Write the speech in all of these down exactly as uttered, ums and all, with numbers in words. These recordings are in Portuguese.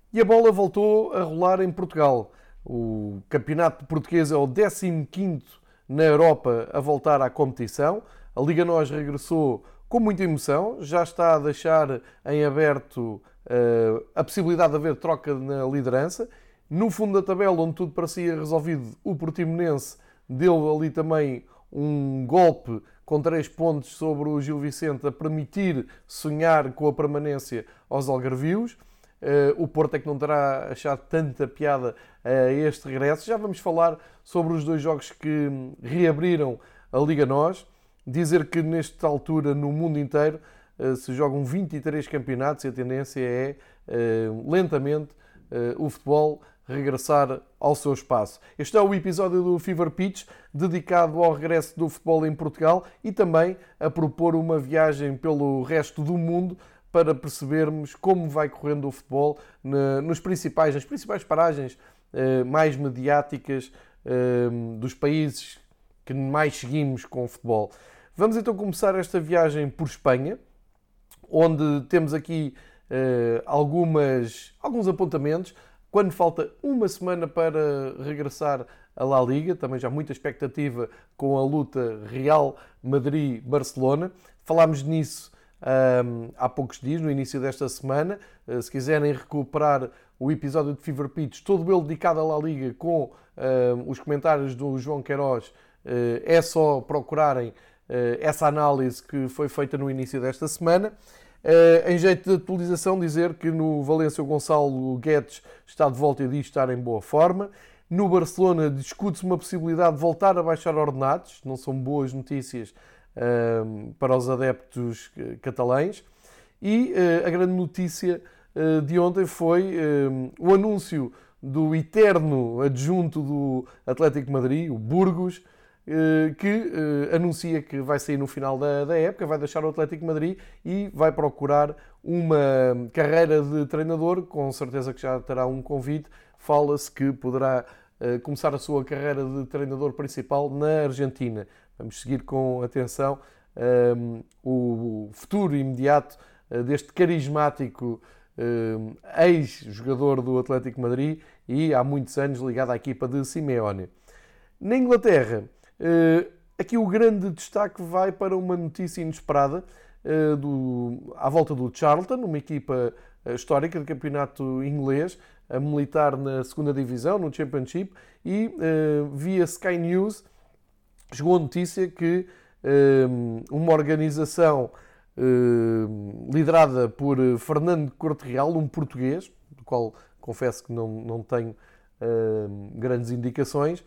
E a bola voltou a rolar em Portugal. O campeonato português é o décimo quinto na Europa a voltar à competição. A Liga Nós regressou com muita emoção. Já está a deixar em aberto uh, a possibilidade de haver troca na liderança. No fundo da tabela, onde tudo parecia resolvido, o Portimonense deu ali também um golpe com três pontos sobre o Gil Vicente a permitir sonhar com a permanência aos algarvios. O Porto é que não terá achado tanta piada a este regresso. Já vamos falar sobre os dois jogos que reabriram a Liga Nós. Dizer que nesta altura, no mundo inteiro, se jogam vinte e três campeonatos e a tendência é, lentamente, o futebol regressar ao seu espaço. Este é o episódio do Fever Pitch, dedicado ao regresso do futebol em Portugal e também a propor uma viagem pelo resto do mundo para percebermos como vai correndo o futebol nos principais, nas principais paragens eh, mais mediáticas eh, dos países que mais seguimos com o futebol. Vamos então começar esta viagem por Espanha, onde temos aqui eh, algumas, alguns apontamentos. Quando falta uma semana para regressar à La Liga, também já muita expectativa com a luta Real Madrid-Barcelona. Falámos nisso Um, há poucos dias, no início desta semana. Uh, se quiserem recuperar o episódio de Fever Pitch, todo ele dedicado à La Liga, com uh, os comentários do João Queiroz, uh, é só procurarem uh, essa análise que foi feita no início desta semana. Uh, em jeito de atualização, dizer que no Valência o Gonçalo Guedes está de volta e diz estar em boa forma. No Barcelona discute-se uma possibilidade de voltar a baixar ordenados, não são boas notícias Uh, para os adeptos catalães. E uh, a grande notícia uh, de ontem foi uh, o anúncio do eterno adjunto do Atlético Madrid, o Burgos, uh, que uh, anuncia que vai sair no final da, da época, vai deixar o Atlético Madrid e vai procurar uma carreira de treinador. Com certeza que já terá um convite. Fala-se que poderá uh, começar a sua carreira de treinador principal na Argentina. Vamos seguir com atenção um, o futuro imediato uh, deste carismático um, ex-jogador do Atlético Madrid e há muitos anos ligado à equipa de Simeone. Na Inglaterra, uh, aqui o grande destaque vai para uma notícia inesperada uh, do, à volta do Charlton, uma equipa uh, histórica do campeonato inglês, a militar na segunda divisão, no Championship, e uh, via Sky News chegou a notícia que um, uma organização um, liderada por Fernando Corte Real, um português, do qual confesso que não, não tenho um, grandes indicações,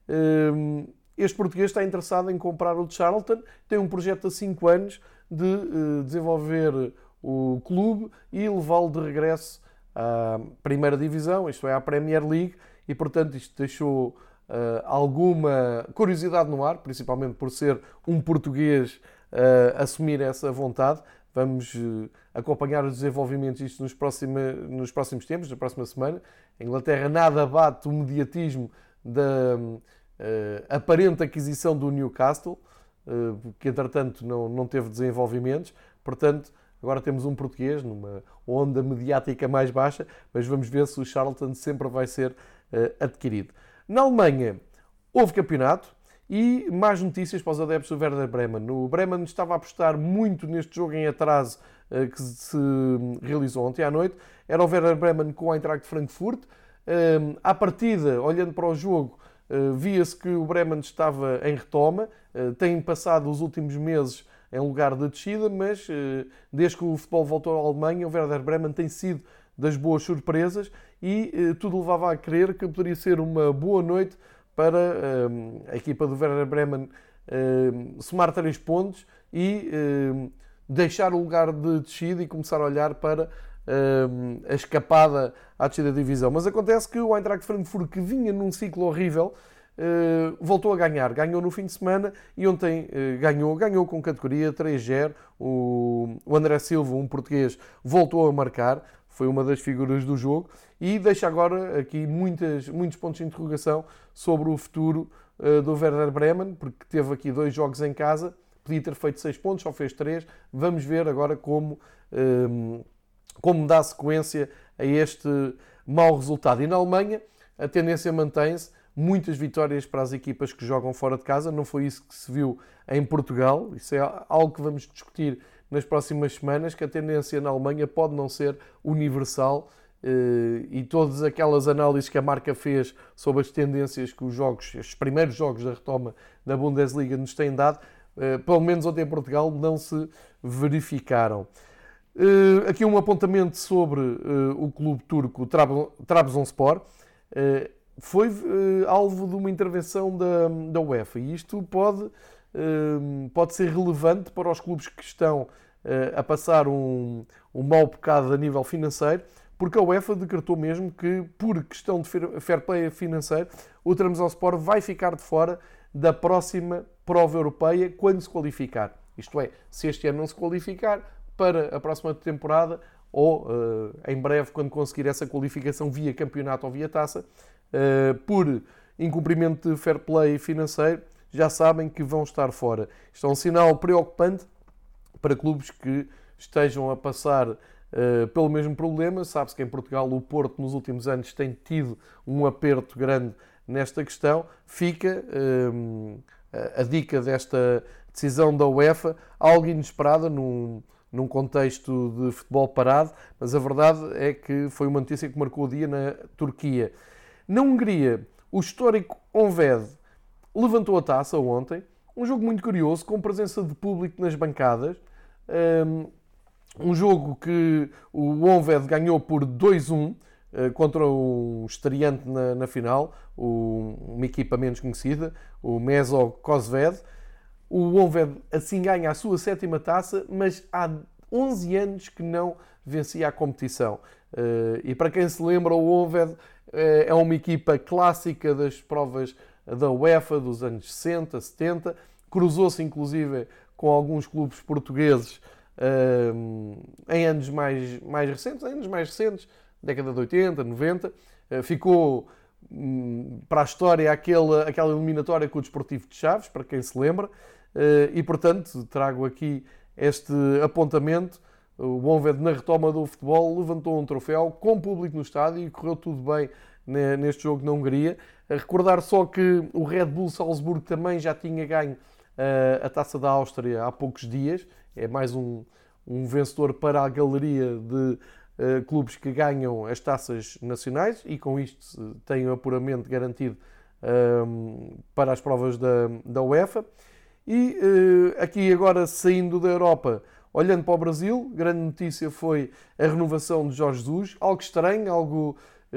um, este português está interessado em comprar o Charlton, tem um projeto há cinco anos de uh, desenvolver o clube e levá-lo de regresso à primeira divisão, isto é, à Premier League, e portanto isto deixou Uh, alguma curiosidade no ar, principalmente por ser um português uh, assumir essa vontade. Vamos uh, acompanhar os desenvolvimentos disto nos, próxima, nos próximos tempos, na próxima semana. A Inglaterra nada bate o mediatismo da uh, aparente aquisição do Newcastle, uh, que entretanto não, não teve desenvolvimentos. Portanto, agora temos um português numa onda mediática mais baixa, mas vamos ver se o Charlton sempre vai ser uh, adquirido. Na Alemanha houve campeonato e mais notícias para os adeptos do Werder Bremen. O Bremen estava a apostar muito neste jogo em atraso uh, que se realizou ontem à noite. Era o Werder Bremen com a Eintracht Frankfurt. Uh, à partida, olhando para o jogo, uh, via-se que o Bremen estava em retoma. Uh, tem passado os últimos meses em lugar de descida, mas uh, desde que o futebol voltou à Alemanha, o Werder Bremen tem sido das boas surpresas e eh, tudo levava a crer que poderia ser uma boa noite para eh, a equipa do Werder Bremen eh, somar três pontos e eh, deixar o lugar de descida e começar a olhar para eh, a escapada à descida da divisão. Mas acontece que o Eintracht Frankfurt, que vinha num ciclo horrível, eh, voltou a ganhar. Ganhou no fim de semana e ontem eh, ganhou, ganhou com categoria três zero. O, o André Silva, um português, voltou a marcar. Foi uma das figuras do jogo e deixa agora aqui muitas, muitos pontos de interrogação sobre o futuro uh, do Werder Bremen, porque teve aqui dois jogos em casa, podia ter feito seis pontos, só fez três. Vamos ver agora como, um, como dá sequência a este, mau resultado. E na Alemanha a tendência mantém-se, muitas vitórias para as equipas que jogam fora de casa. Não foi isso que se viu em Portugal. Isso é algo que vamos discutir nas próximas semanas, que a tendência na Alemanha pode não ser universal, e todas aquelas análises que a marca fez sobre as tendências que os jogos, os primeiros jogos da retoma da Bundesliga nos têm dado, pelo menos ontem em Portugal, não se verificaram. Aqui um apontamento sobre o clube turco Trabzonspor. Foi alvo de uma intervenção da, da UEFA, e isto pode, pode ser relevante para os clubes que estão a passar um, um mau bocado a nível financeiro, porque a UEFA decretou mesmo que, por questão de fair play financeiro, o Trabzonspor vai ficar de fora da próxima prova europeia quando se qualificar. Isto é, se este ano não se qualificar, para a próxima temporada, ou uh, em breve, quando conseguir essa qualificação via campeonato ou via taça, uh, por incumprimento de fair play financeiro, já sabem que vão estar fora. Isto é um sinal preocupante para clubes que estejam a passar uh, pelo mesmo problema. Sabe-se que em Portugal o Porto nos últimos anos tem tido um aperto grande nesta questão. Fica uh, a dica desta decisão da UEFA, algo inesperada num, num contexto de futebol parado, mas a verdade é que foi uma notícia que marcou o dia na Turquia. Na Hungria, o histórico Honvéd levantou a taça ontem, um jogo muito curioso, com presença de público nas bancadas. Um jogo que o Honvéd ganhou por dois a um contra um estreante na, na final, uma equipa menos conhecida, o Meso Kozved. O Honvéd assim ganha a sua sétima taça, mas há onze anos que não vencia a competição. E para quem se lembra, o Honvéd é uma equipa clássica das provas da UEFA dos anos sessenta, setenta, cruzou-se inclusive com alguns clubes portugueses uh, em anos mais, mais recentes, em anos mais recentes, década de oitenta, noventa, uh, ficou um, para a história aquela, aquela eliminatória com o Desportivo de Chaves, para quem se lembra, uh, e portanto trago aqui este apontamento. O Honvéd, na retoma do futebol, levantou um troféu com público no estádio e correu tudo bem neste jogo na Hungria. A recordar só que o Red Bull Salzburgo também já tinha ganho uh, a Taça da Áustria há poucos dias. É mais um, um vencedor para a galeria de uh, clubes que ganham as taças nacionais, e com isto têm o apuramento garantido uh, para as provas da, da UEFA. E uh, aqui agora, saindo da Europa, olhando para o Brasil, grande notícia foi a renovação de Jorge Jesus. Algo estranho, algo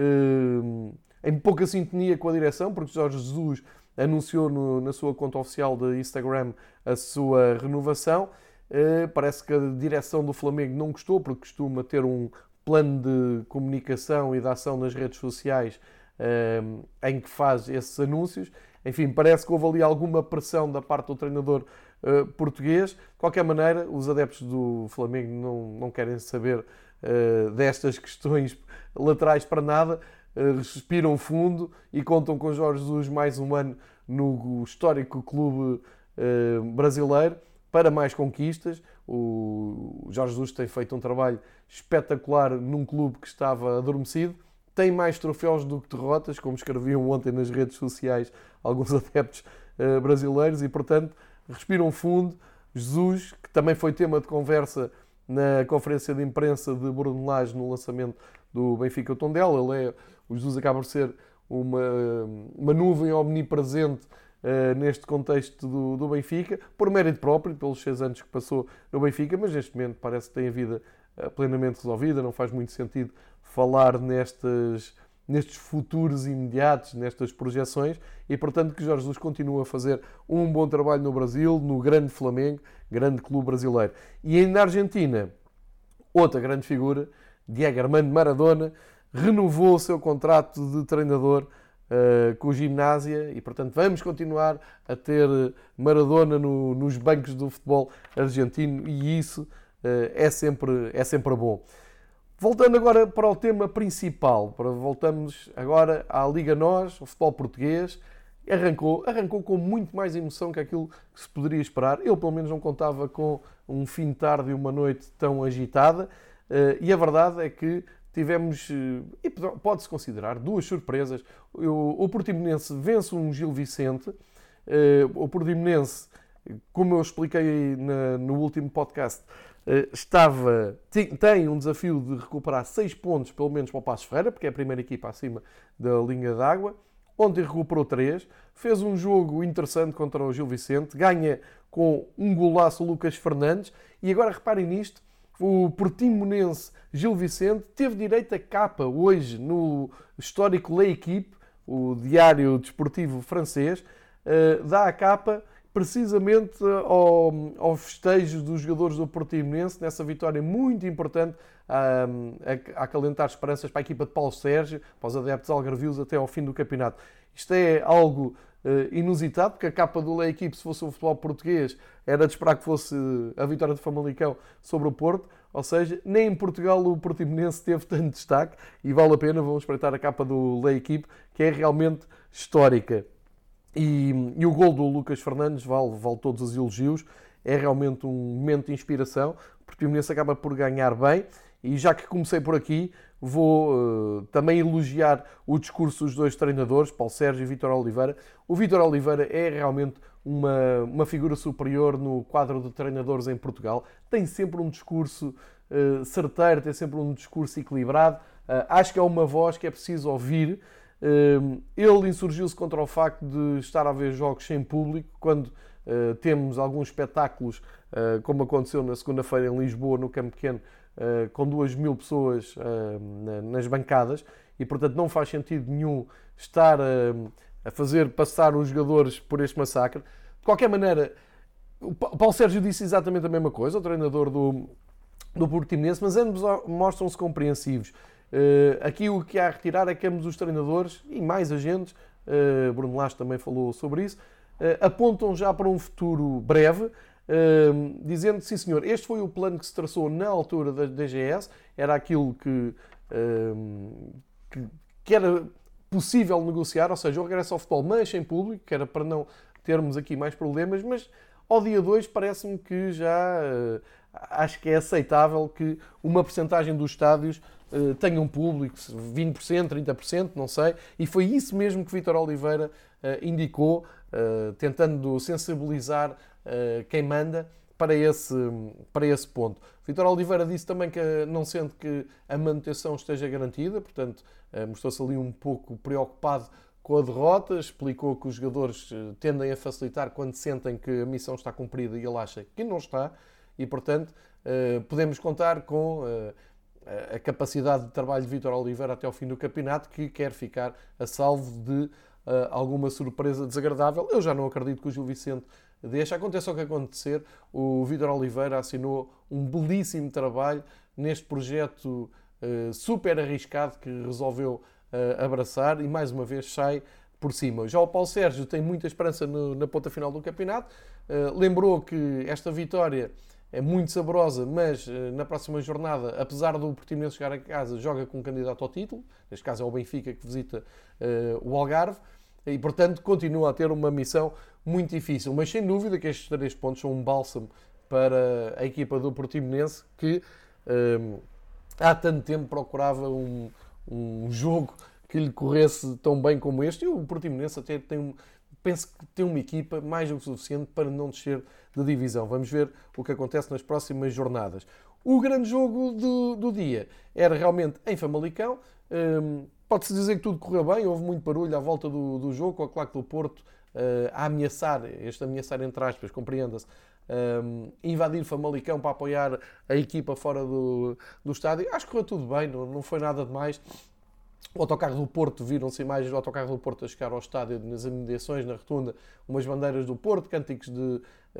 uh, em pouca sintonia com a direção, porque Jorge Jesus anunciou no, na sua conta oficial de Instagram a sua renovação. Uh, parece que a direção do Flamengo não gostou, porque costuma ter um plano de comunicação e de ação nas redes sociais uh, em que faz esses anúncios. Enfim, parece que houve ali alguma pressão da parte do treinador uh, português. De qualquer maneira, os adeptos do Flamengo não, não querem saber uh, destas questões laterais para nada. Uh, respiram fundo e contam com Jorge Jesus mais um ano no histórico clube uh, brasileiro para mais conquistas. O Jorge Jesus tem feito um trabalho espetacular num clube que estava adormecido. Tem mais troféus do que derrotas, como escreviam ontem nas redes sociais alguns adeptos uh, brasileiros, e, portanto, respiram fundo. Jesus, que também foi tema de conversa na conferência de imprensa de Bruno Lage no lançamento do Benfica Tondela. Ele é, o Jesus acaba por ser uma, uma nuvem omnipresente uh, neste contexto do, do Benfica, por mérito próprio, pelos seis anos que passou no Benfica, mas neste momento parece que tem a vida uh, plenamente resolvida. Não faz muito sentido falar nestes, nestes futuros imediatos, nestas projeções, e portanto que Jorge Jesus continua a fazer um bom trabalho no Brasil, no grande Flamengo, grande clube brasileiro. E ainda na Argentina, outra grande figura, Diego Armando Maradona, renovou o seu contrato de treinador uh, com o Gimnasia, e portanto vamos continuar a ter Maradona no, nos bancos do futebol argentino, e isso uh, é, sempre, é sempre bom. Voltando agora para o tema principal, para, voltamos agora à Liga Nós, o futebol português. Arrancou, arrancou com muito mais emoção que aquilo que se poderia esperar. Eu, pelo menos, não contava com um fim de tarde e uma noite tão agitada. E a verdade é que tivemos, e pode-se considerar, duas surpresas. O Portimonense vence um Gil Vicente. O Portimonense, como eu expliquei no último podcast, estava, tem um desafio de recuperar seis pontos, pelo menos para o Paços Ferreira, porque é a primeira equipa acima da linha d'água. Ontem recuperou três, fez um jogo interessante contra o Gil Vicente, ganha com um golaço o Lucas Fernandes, e agora reparem nisto, o Portimonense Gil Vicente teve direito a capa hoje no histórico L'Équipe, o diário desportivo francês, dá a capa precisamente ao, ao festejo dos jogadores do Portimonense, nessa vitória muito importante a, a, a acalentar esperanças para a equipa de Paulo Sérgio, para os adeptos algarvios até ao fim do campeonato. Isto é algo uh, inusitado, porque a capa do L'Équipe, se fosse o futebol português, era de esperar que fosse a vitória de Famalicão sobre o Porto, ou seja, nem em Portugal o Portimonense teve tanto destaque, e vale a pena, vamos espreitar a capa do L'Équipe, que é realmente histórica. E, e o gol do Lucas Fernandes vale, vale todos os elogios, é realmente um momento de inspiração. O Portimonense acaba por ganhar bem, e já que comecei por aqui, vou uh, também elogiar o discurso dos dois treinadores, Paulo Sérgio e Vítor Oliveira. O Vítor Oliveira é realmente uma, uma figura superior no quadro de treinadores em Portugal. Tem sempre um discurso uh, certeiro, tem sempre um discurso equilibrado. Uh, acho que é uma voz que é preciso ouvir. Uh, ele insurgiu-se contra o facto de estar a ver jogos sem público, quando uh, temos alguns espetáculos, uh, como aconteceu na segunda-feira em Lisboa, no Campo Pequeno, Uh, com duas mil pessoas uh, na, nas bancadas, e portanto não faz sentido nenhum estar uh, a fazer passar os jogadores por este massacre. De qualquer maneira, o Paulo Sérgio disse exatamente a mesma coisa, o treinador do, do Portimonense, mas ambos mostram-se compreensivos. Uh, aqui o que há a retirar é que ambos os treinadores e mais agentes, uh, Bruno Lage também falou sobre isso, uh, apontam já para um futuro breve, Uh, dizendo, sim senhor, este foi o plano que se traçou na altura da D G S, era aquilo que, uh, que, que era possível negociar, ou seja, o regresso ao futebol, mas sem público, que era para não termos aqui mais problemas, mas ao dia dois parece-me que já uh, acho que é aceitável que uma percentagem dos estádios uh, tenha um público, vinte por cento, trinta por cento, não sei, e foi isso mesmo que Vítor Oliveira uh, indicou, uh, tentando sensibilizar Uh, quem manda para esse, para esse ponto. Vítor Oliveira disse também que não sente que a manutenção esteja garantida, portanto uh, mostrou-se ali um pouco preocupado com a derrota, explicou que os jogadores uh, tendem a facilitar quando sentem que a missão está cumprida, e ele acha que não está, e portanto uh, podemos contar com uh, a capacidade de trabalho de Vítor Oliveira até ao fim do campeonato, que quer ficar a salvo de uh, alguma surpresa desagradável. Eu já não acredito que o Gil Vicente deixa. Aconteça o que acontecer, o Vítor Oliveira assinou um belíssimo trabalho neste projeto uh, super arriscado que resolveu uh, abraçar, e mais uma vez sai por cima. Já o Paulo Sérgio tem muita esperança no, na ponta final do campeonato. Uh, lembrou que esta vitória é muito saborosa, mas uh, na próxima jornada, apesar do Portimonense chegar a casa, joga com um candidato ao título. Neste caso é o Benfica, que visita uh, o Algarve, e portanto continua a ter uma missão muito difícil, mas sem dúvida que estes três pontos são um bálsamo para a equipa do Portimonense, que um, há tanto tempo procurava um, um jogo que lhe corresse tão bem como este, e o Portimonense até tem um, penso que tem uma equipa mais do que suficiente para não descer de divisão. Vamos ver o que acontece nas próximas jornadas. O grande jogo do, do dia era realmente em Famalicão. Um, pode-se dizer que tudo correu bem, houve muito barulho à volta do, do jogo, com a claque do Porto Uh, a ameaçar, este ameaçar entre aspas, compreenda-se, um, invadir Famalicão para apoiar a equipa fora do, do estádio. Acho que correu tudo bem, não, não foi nada demais. O autocarro do Porto, viram-se imagens do autocarro do Porto a chegar ao estádio, nas imediações, na rotunda, umas bandeiras do Porto, cânticos de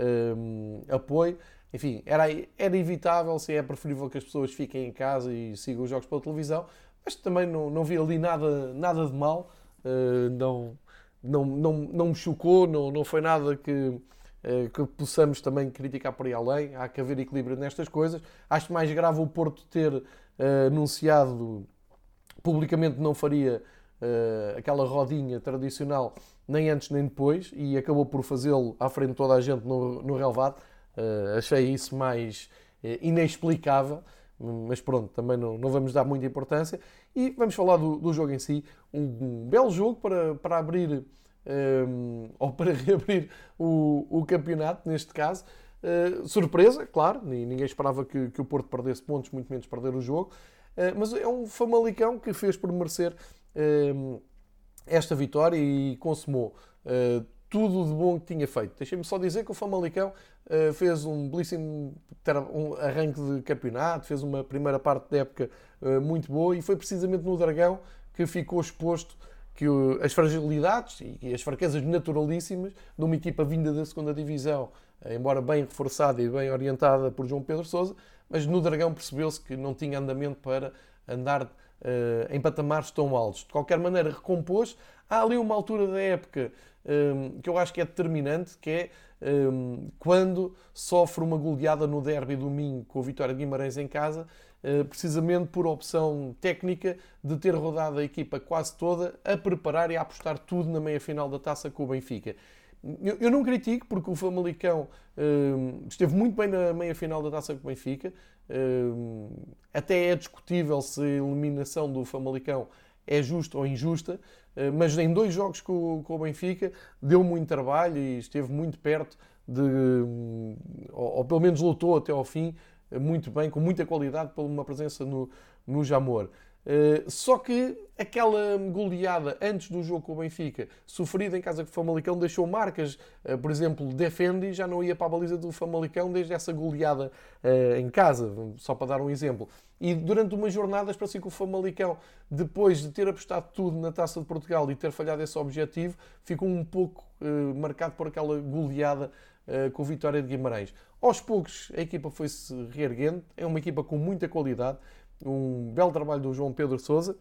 um, apoio. Enfim, era, era evitável, se é preferível que as pessoas fiquem em casa e sigam os jogos pela televisão, mas também não, não vi ali nada, nada de mal, uh, não... Não, não, não me chocou, não, não foi nada que, que possamos também criticar por aí além. Há que haver equilíbrio nestas coisas. Acho mais grave o Porto ter uh, anunciado publicamente não faria uh, aquela rodinha tradicional nem antes nem depois, e acabou por fazê-lo à frente de toda a gente no, no relvado. Uh, achei isso mais uh, inexplicável, mas pronto, também não, não vamos dar muita importância. E vamos falar do, do jogo em si. Um, um belo jogo para, para abrir, um, ou para reabrir o, o campeonato, neste caso. Uh, surpresa, claro, ninguém esperava que, que o Porto perdesse pontos, muito menos perder o jogo. Uh, mas é um Famalicão que fez por merecer uh, esta vitória e consumou uh, tudo de bom que tinha feito. Deixem-me só dizer que o Famalicão uh, fez um belíssimo um arranque de campeonato, fez uma primeira parte da época uh, muito boa, e foi precisamente no Dragão que ficou exposto que uh, as fragilidades e as fraquezas naturalíssimas de uma equipa vinda da segunda divisão, uh, embora bem reforçada e bem orientada por João Pedro Sousa, mas no Dragão percebeu-se que não tinha andamento para andar uh, em patamares tão altos. De qualquer maneira, recompôs. Há ali uma altura da época um, que eu acho que é determinante, que é um, quando sofre uma goleada no derby do Minho com o Vitória de Guimarães em casa, uh, precisamente por opção técnica de ter rodado a equipa quase toda a preparar e a apostar tudo na meia-final da Taça com o Benfica. Eu, eu não critico, porque o Famalicão um, esteve muito bem na meia-final da Taça com o Benfica. Um, até é discutível se a eliminação do Famalicão é justa ou injusta, mas em dois jogos com, com o Benfica deu muito trabalho e esteve muito perto de, ou, ou pelo menos lutou até ao fim, muito bem, com muita qualidade, por uma presença no, no Jamor. Uh, só que aquela goleada antes do jogo com o Benfica, sofrida em casa com o Famalicão, deixou marcas. Uh, por exemplo, Defendi já não ia para a baliza do Famalicão desde essa goleada uh, em casa, só para dar um exemplo. E durante umas jornadas parecia que o Famalicão, depois de ter apostado tudo na Taça de Portugal e ter falhado esse objetivo, ficou um pouco uh, marcado por aquela goleada uh, com o Vitória de Guimarães. Aos poucos a equipa foi-se reerguendo, é uma equipa com muita qualidade, um belo trabalho do João Pedro Sousa,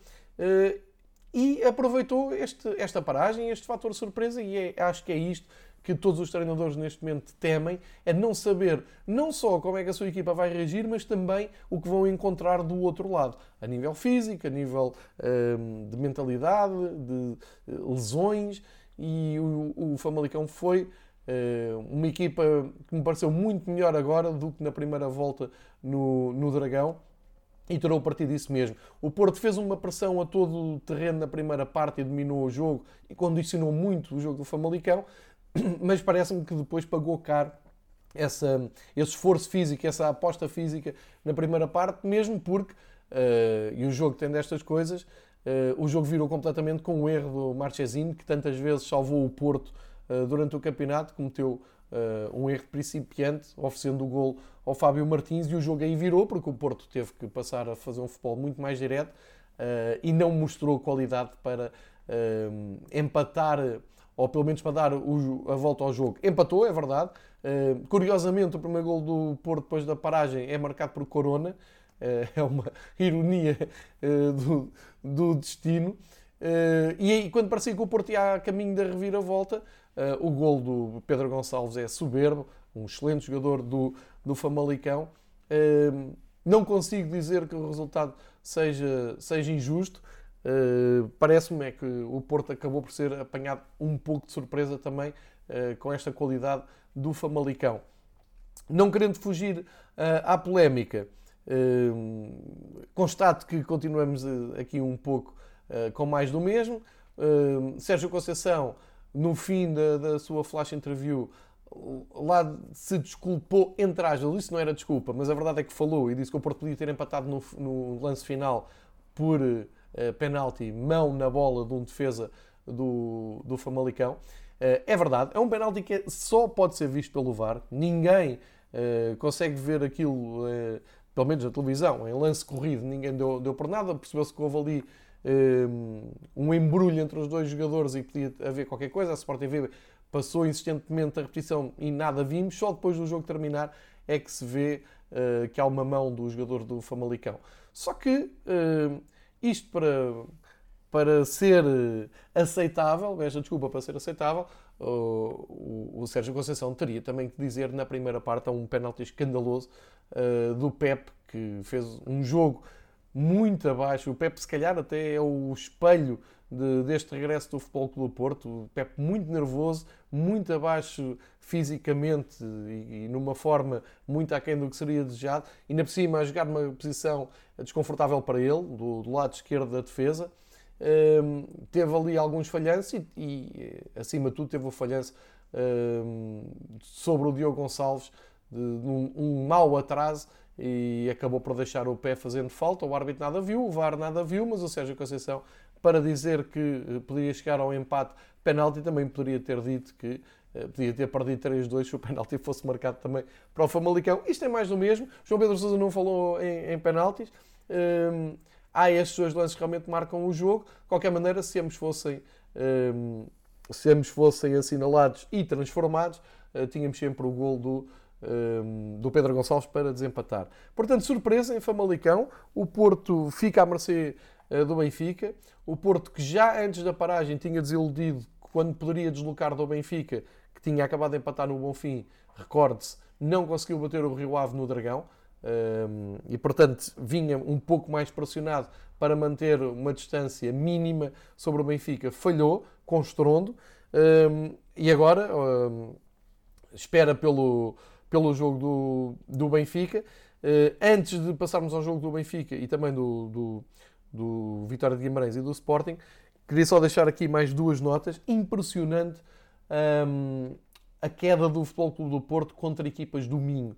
e aproveitou este, esta paragem, este fator surpresa, e é, acho que é isto que todos os treinadores neste momento temem, é não saber não só como é que a sua equipa vai reagir, mas também o que vão encontrar do outro lado, a nível físico, a nível um, de mentalidade, de lesões, e o, o Famalicão foi uh, uma equipa que me pareceu muito melhor agora do que na primeira volta no, no Dragão, e tirou o partido disso mesmo. O Porto fez uma pressão a todo o terreno na primeira parte e dominou o jogo e condicionou muito o jogo do Famalicão, mas parece-me que depois pagou caro essa, esse esforço físico, essa aposta física na primeira parte, mesmo porque, uh, e o jogo tem destas coisas, uh, o jogo virou completamente com o erro do Marchesini, que tantas vezes salvou o Porto uh, durante o campeonato, cometeu Uh, um erro principiante, oferecendo o golo ao Fábio Martins, e o jogo aí virou, porque o Porto teve que passar a fazer um futebol muito mais direto uh, e não mostrou qualidade para uh, empatar, ou pelo menos para dar o, a volta ao jogo. Empatou, é verdade. Uh, curiosamente, o primeiro golo do Porto depois da paragem é marcado por Corona. Uh, é uma ironia uh, do, do destino. Uh, e aí, quando parecia que o Porto ia a caminho da reviravolta, Uh, o golo do Pedro Gonçalves é soberbo, um excelente jogador do, do Famalicão. Uh, não consigo dizer que o resultado seja, seja injusto. Uh, parece-me é que o Porto acabou por ser apanhado um pouco de surpresa também uh, com esta qualidade do Famalicão. Não querendo fugir uh, à polémica, uh, constato que continuamos uh, aqui um pouco uh, com mais do mesmo. Uh, Sérgio Conceição, no fim da, da sua flash interview, lá se desculpou, entre aspas, isso não era desculpa, mas a verdade é que falou e disse que o Porto podia ter empatado no, no lance final por uh, penalti, mão na bola de um defesa do, do Famalicão. Uh, é verdade, é um penalti que só pode ser visto pelo V A R, ninguém uh, consegue ver aquilo, uh, pelo menos na televisão, em lance corrido, ninguém deu, deu por nada, percebeu-se que houve ali um embrulho entre os dois jogadores e podia haver qualquer coisa. A Sport T V passou insistentemente a repetição e nada vimos. Só depois do jogo terminar é que se vê uh, que há uma mão do jogador do Famalicão. Só que uh, isto para, para ser aceitável, esta desculpa para ser aceitável, uh, o, o Sérgio Conceição teria também que dizer na primeira parte, há um penalti escandaloso uh, do Pep, que fez um jogo muito abaixo. O Pepe, se calhar, até é o espelho de, deste regresso do Futebol Clube do Porto. O Pepe muito nervoso, muito abaixo fisicamente e, e numa forma muito aquém do que seria desejado. Ainda por cima, a jogar numa posição desconfortável para ele, do, do lado esquerdo da defesa. Um, teve ali alguns falhanços e, e, acima de tudo, teve o falhanço um, sobre o Diogo Gonçalves, de, de um, um mau atraso, e acabou por deixar o pé fazendo falta. O árbitro nada viu, o V A R nada viu, mas o Sérgio Conceição, para dizer que podia chegar ao empate penalti, também poderia ter dito que uh, podia ter perdido três a dois se o penalti fosse marcado também para o Famalicão. Isto é mais do mesmo. João Pedro Sousa não falou em, em penaltis. Um, há estes dois lances que realmente marcam o jogo. De qualquer maneira, se ambos fossem, um, se ambos fossem assinalados e transformados, uh, tínhamos sempre o golo do do Pedro Gonçalves para desempatar. Portanto, surpresa em Famalicão. O Porto fica à mercê do Benfica. O Porto, que já antes da paragem tinha desiludido quando poderia deslocar do Benfica, que tinha acabado de empatar no Bonfim, recorde-se, não conseguiu bater o Rio Ave no Dragão. E, portanto, vinha um pouco mais pressionado para manter uma distância mínima sobre o Benfica. Falhou, com estrondo. E agora espera pelo... pelo jogo do, do Benfica. Uh, antes de passarmos ao jogo do Benfica e também do, do, do Vitória de Guimarães e do Sporting, queria só deixar aqui mais duas notas. Impressionante um, a queda do Futebol Clube do Porto contra equipas do Minho.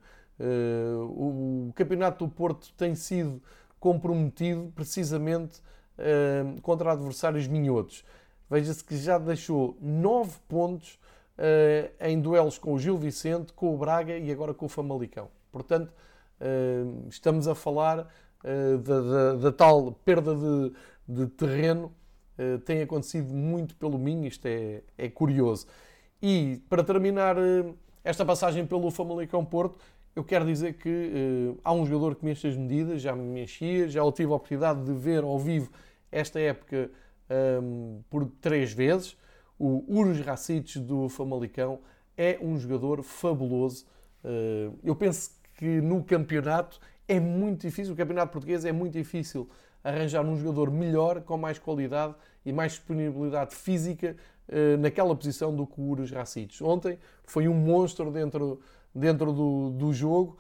Uh, o Campeonato do Porto tem sido comprometido precisamente uh, contra adversários minhotos. Veja-se que já deixou nove pontos Uh, em duelos com o Gil Vicente, com o Braga e agora com o Famalicão. Portanto, uh, estamos a falar uh, da, da, da tal perda de, de terreno. Uh, tem acontecido muito pelo Minho, isto é, é curioso. E, para terminar uh, esta passagem pelo Famalicão Porto, eu quero dizer que uh, há um jogador que me enche as medidas, já me enchia, já tive a oportunidade de ver ao vivo esta época um, por três vezes. O Uros Racites do Famalicão é um jogador fabuloso. Eu penso que no campeonato é muito difícil, o campeonato português é muito difícil arranjar um jogador melhor, com mais qualidade e mais disponibilidade física naquela posição do que o Uros Racites. Ontem foi um monstro dentro, dentro do, do jogo.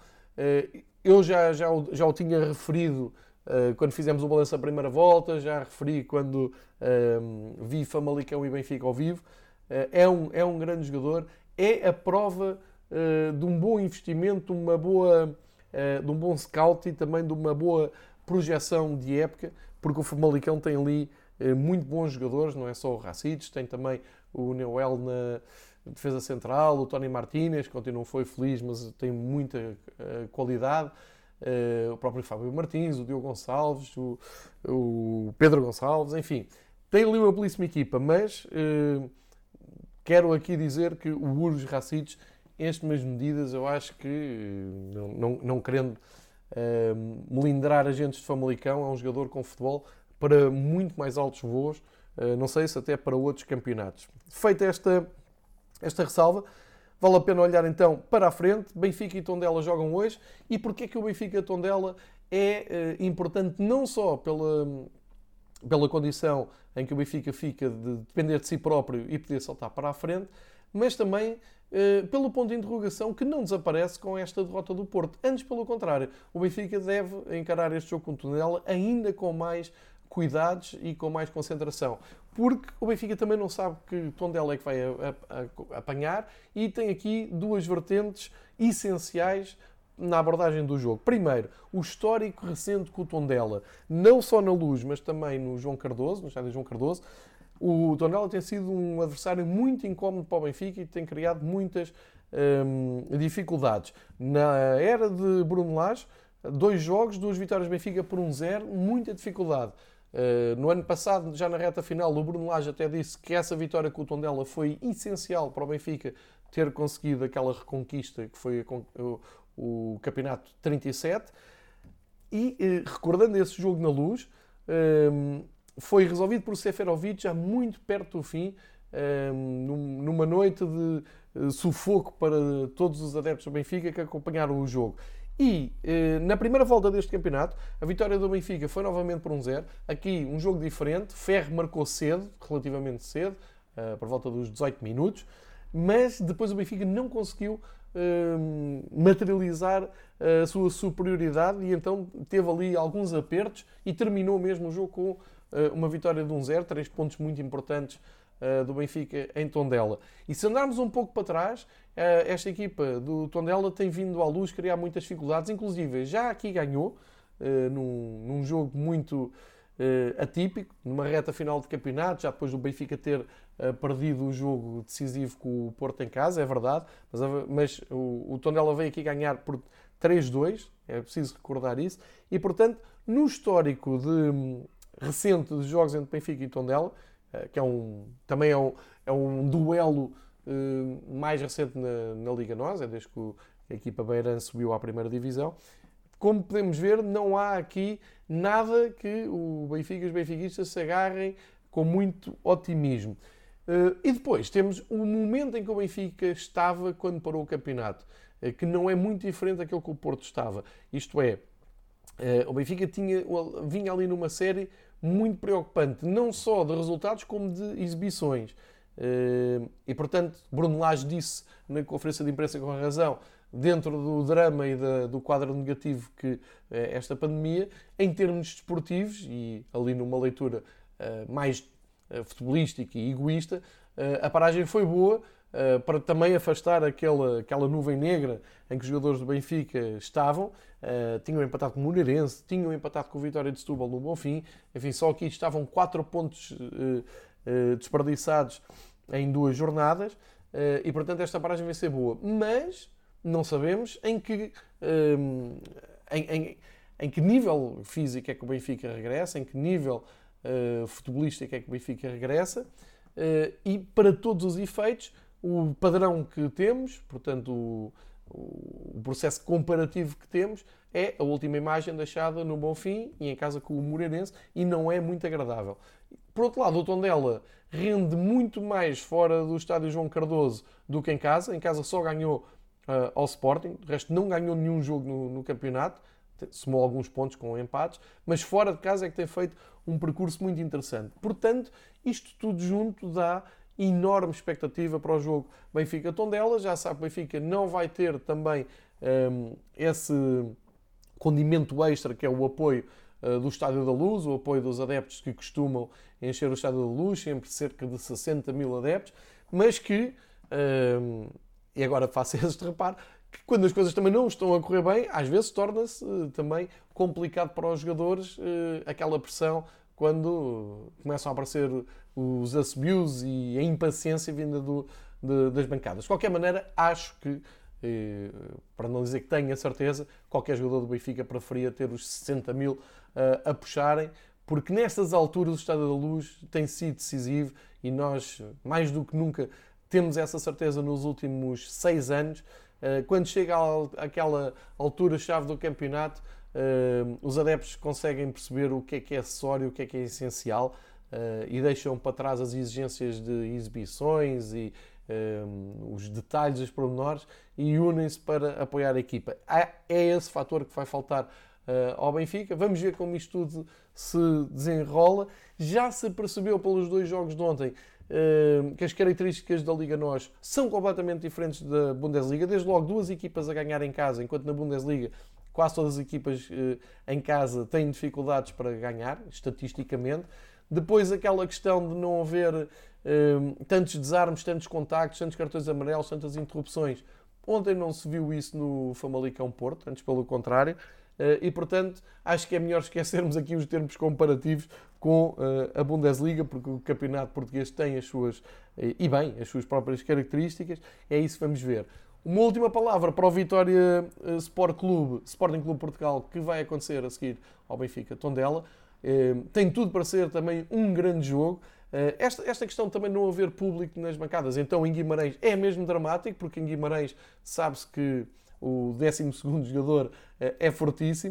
Eu já, já, já o tinha referido Uh, quando fizemos o balanço da primeira volta, já referi quando uh, vi Famalicão e Benfica ao vivo. Uh, é, um, é um grande jogador, é a prova uh, de um bom investimento, de, uma boa, uh, de um bom scout e também de uma boa projeção de época, porque o Famalicão tem ali uh, muito bons jogadores, não é só o Racites, tem também o Neuel na defesa central, o Tony Martínez, que não foi feliz, mas tem muita uh, qualidade. Uh, o próprio Fábio Martins, o Diogo Gonçalves, o, o Pedro Gonçalves, enfim, tem ali uma belíssima equipa, mas uh, quero aqui dizer que o Uros Racites, estas medidas, eu acho que, não, não, não querendo uh, melindrar agentes de Famalicão, é um jogador com futebol para muito mais altos voos, uh, não sei se até para outros campeonatos. Feita esta, esta ressalva, vale a pena olhar então para a frente. Benfica e Tondela jogam hoje. E porquê é que o Benfica e Tondela é uh, importante não só pela, pela condição em que o Benfica fica de depender de si próprio e poder saltar para a frente, mas também uh, pelo ponto de interrogação que não desaparece com esta derrota do Porto. Antes, pelo contrário, o Benfica deve encarar este jogo com o Tondela ainda com mais cuidados e com mais concentração, porque o Benfica também não sabe que Tondela é que vai a, a, a apanhar, e tem aqui duas vertentes essenciais na abordagem do jogo. Primeiro, o histórico recente com o Tondela, não só na Luz, mas também no João Cardoso, no estádio João Cardoso. O Tondela tem sido um adversário muito incómodo para o Benfica e tem criado muitas hum, dificuldades. Na era de Bruno Lage, dois jogos, duas vitórias Benfica por um zero, muita dificuldade. Uh, no ano passado, já na reta final, o Bruno Lage até disse que essa vitória com o Tondela foi essencial para o Benfica ter conseguido aquela reconquista que foi a, o, o campeonato trinta e sete. E, uh, recordando esse jogo na Luz, uh, foi resolvido por Seferovic já muito perto do fim, uh, numa noite de uh, sufoco para todos os adeptos do Benfica que acompanharam o jogo. E na primeira volta deste campeonato, a vitória do Benfica foi novamente por um zero. Aqui um jogo diferente. Ferro marcou cedo, relativamente cedo, por volta dos dezoito minutos, mas depois o Benfica não conseguiu materializar a sua superioridade e então teve ali alguns apertos e terminou mesmo o jogo com uma vitória de um zero, três pontos muito importantes do Benfica em Tondela. E se andarmos um pouco para trás, esta equipa do Tondela tem vindo à luz criar muitas dificuldades, inclusive já aqui ganhou, num, num jogo muito atípico, numa reta final de campeonato, já depois do Benfica ter perdido o jogo decisivo com o Porto em casa, é verdade, mas, mas o, o Tondela veio aqui ganhar por três dois, é preciso recordar isso, e portanto, no histórico de, recente dos jogos entre Benfica e Tondela, que é um, também é um, é um duelo uh, mais recente na, na Liga Nós, é desde que o, a equipa beirã subiu à primeira divisão. Como podemos ver, não há aqui nada que o Benfica e os benfiquistas se agarrem com muito otimismo. Uh, e depois temos o momento em que o Benfica estava quando parou o campeonato, uh, que não é muito diferente daquele que o Porto estava. Isto é, uh, o Benfica tinha, vinha ali numa série muito preocupante, não só de resultados, como de exibições. E, portanto, Bruno Lage disse na conferência de imprensa com a razão, dentro do drama e da, do quadro negativo que é esta pandemia, em termos desportivos, e ali numa leitura mais futebolística e egoísta, a paragem foi boa, Uh, para também afastar aquela, aquela nuvem negra em que os jogadores do Benfica estavam. Uh, tinham empatado com o Moreirense, tinham empatado com o Vitória de Setúbal no Bonfim. Enfim, só aqui estavam quatro pontos uh, uh, desperdiçados em duas jornadas uh, e, portanto, esta paragem vai ser boa. Mas não sabemos em que, uh, em, em, em que nível físico é que o Benfica regressa, em que nível uh, futebolístico é que o Benfica regressa uh, e, para todos os efeitos, o padrão que temos, portanto, o, o processo comparativo que temos, é a última imagem deixada no Bonfim e em casa com o Moreirense e não é muito agradável. Por outro lado, o Tondela rende muito mais fora do estádio João Cardoso do que em casa. Em casa só ganhou uh, ao Sporting, de resto não ganhou nenhum jogo no, no campeonato, somou alguns pontos com empates, mas fora de casa é que tem feito um percurso muito interessante. Portanto, isto tudo junto dá enorme expectativa para o jogo Benfica-Tondela. Já sabe, Benfica não vai ter também um, esse condimento extra que é o apoio uh, do Estádio da Luz, o apoio dos adeptos que costumam encher o Estádio da Luz, sempre cerca de sessenta mil adeptos, mas que, um, e agora faço este reparo, que quando as coisas também não estão a correr bem, às vezes torna-se uh, também complicado para os jogadores uh, aquela pressão quando começam a aparecer os assobios e a impaciência vinda do, de, das bancadas. De qualquer maneira, acho que, eh, para não dizer que tenho a certeza, qualquer jogador do Benfica preferia ter os sessenta mil uh, a puxarem, porque nestas alturas o Estádio da Luz tem sido decisivo e nós, mais do que nunca, temos essa certeza nos últimos seis anos. Uh, quando chega àquela altura-chave do campeonato, uh, os adeptos conseguem perceber o que é que é acessório, o que é que é essencial, Uh, e deixam para trás as exigências de exibições e um, os detalhes, os pormenores e unem-se para apoiar a equipa. É esse fator que vai faltar uh, ao Benfica. Vamos ver como isto tudo se desenrola. Já se percebeu pelos dois jogos de ontem uh, que as características da Liga Nós são completamente diferentes da Bundesliga. Desde logo duas equipas a ganhar em casa, enquanto na Bundesliga quase todas as equipas uh, em casa têm dificuldades para ganhar, estatisticamente. Depois aquela questão de não haver um, tantos desarmes, tantos contactos, tantos cartões amarelos, tantas interrupções. Ontem não se viu isso no Famalicão Porto, antes pelo contrário. Uh, e, portanto, acho que é melhor esquecermos aqui os termos comparativos com uh, a Bundesliga, porque o campeonato português tem as suas, uh, e bem, as suas próprias características. É isso que vamos ver. Uma última palavra para o Vitória uh, Sport Clube, Sporting Clube Portugal, que vai acontecer a seguir ao Benfica Tondela. Uh, tem tudo para ser também um grande jogo. Uh, esta, esta questão também não haver público nas bancadas, então em Guimarães é mesmo dramático, porque em Guimarães sabe-se que o décimo segundo jogador uh, é fortíssimo,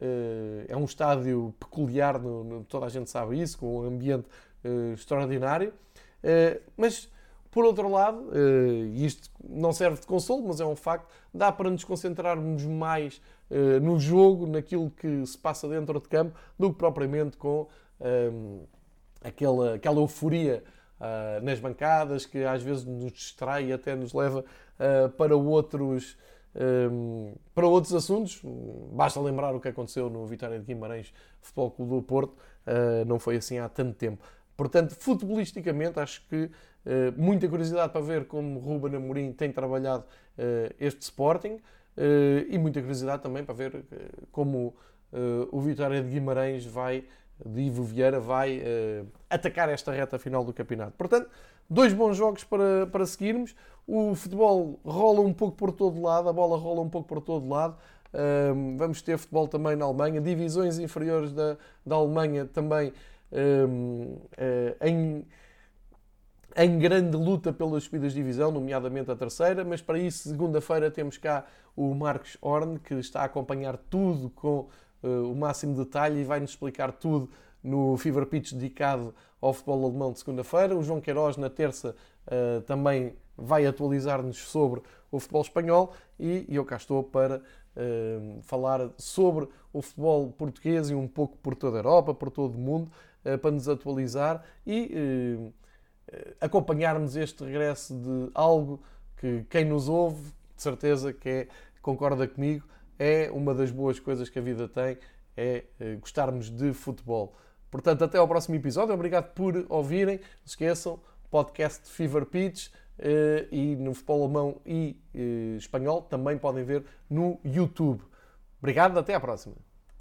uh, é um estádio peculiar, no, no, toda a gente sabe isso, com um ambiente uh, extraordinário, uh, mas por outro lado, e isto não serve de consolo, mas é um facto, dá para nos concentrarmos mais uh, no jogo, naquilo que se passa dentro de campo, do que propriamente com um, aquela, aquela euforia uh, nas bancadas, que às vezes nos distrai e até nos leva uh, para outros... Um, para outros assuntos. Basta lembrar o que aconteceu no Vitória de Guimarães Futebol Clube do Porto, uh, não foi assim há tanto tempo. Portanto, futebolisticamente, acho que uh, muita curiosidade para ver como Ruben Amorim tem trabalhado uh, este Sporting, uh, e muita curiosidade também para ver uh, como uh, o Vitória de Guimarães vai, de Ivo Vieira, vai uh, atacar esta reta final do campeonato. Portanto, dois bons jogos para, para seguirmos. O futebol rola um pouco por todo lado, a bola rola um pouco por todo lado. Um, vamos ter futebol também na Alemanha, divisões inferiores da, da Alemanha também um, uh, em, em grande luta pelas subidas de divisão, nomeadamente a terceira, mas para isso, segunda-feira, temos cá o Marcos Horn, que está a acompanhar tudo com uh, o máximo detalhe e vai-nos explicar tudo no Fever Pitch dedicado ao futebol alemão de segunda-feira. O João Queiroz, na terça, uh, também vai atualizar-nos sobre o futebol espanhol e eu cá estou para uh, falar sobre o futebol português e um pouco por toda a Europa, por todo o mundo, uh, para nos atualizar e uh, acompanharmos este regresso de algo que quem nos ouve, de certeza que é, concorda comigo, é uma das boas coisas que a vida tem, é uh, gostarmos de futebol. Portanto, até ao próximo episódio. Obrigado por ouvirem. Não se esqueçam, podcast Fever Pitch, uh, e no futebol alemão e uh, espanhol também podem ver no YouTube. Obrigado, até à próxima.